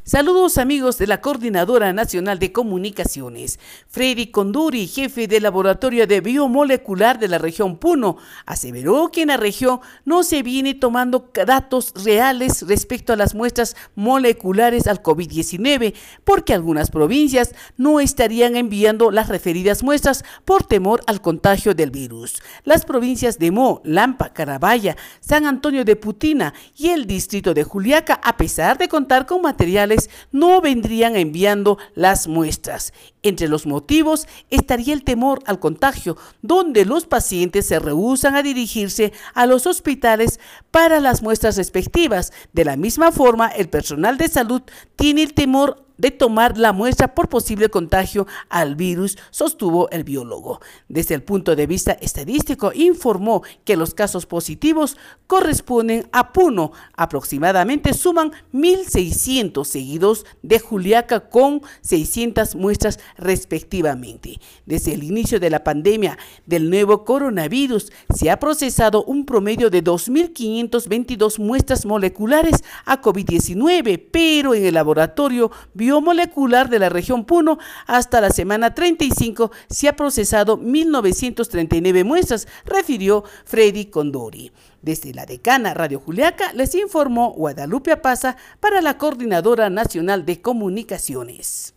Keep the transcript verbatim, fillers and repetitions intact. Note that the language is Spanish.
Saludos amigos de la Coordinadora Nacional de Comunicaciones. Freddy Condori, jefe del Laboratorio de Biomolecular de la región Puno, aseveró que en la región no se viene tomando datos reales respecto a las muestras moleculares al COVID diecinueve, porque algunas provincias no estarían enviando las referidas muestras por temor al contagio del virus. Las provincias de Mo, Lampa, Carabaya, San Antonio de Putina y el distrito de Juliaca, a pesar de contar con materiales, no vendrían enviando las muestras. Entre los motivos estaría el temor al contagio, donde los pacientes se rehúsan a dirigirse a los hospitales para las muestras respectivas. De la misma forma, el personal de salud tiene el temor de tomar la muestra por posible contagio al virus, sostuvo el biólogo. Desde el punto de vista estadístico, informó que los casos positivos corresponden a Puno, aproximadamente suman mil seiscientos, seguidos de Juliaca con seiscientas muestras respectivamente. Desde el inicio de la pandemia del nuevo coronavirus, se ha procesado un promedio de dos mil quinientas veintidós muestras moleculares a COVID diecinueve, pero en el laboratorio biomolecular de la región Puno, hasta la semana treinta y cinco se ha procesado mil novecientas treinta y nueve muestras, refirió Freddy Condori. Desde la decana Radio Juliaca les informó Guadalupe Apaza para la Coordinadora Nacional de Comunicaciones.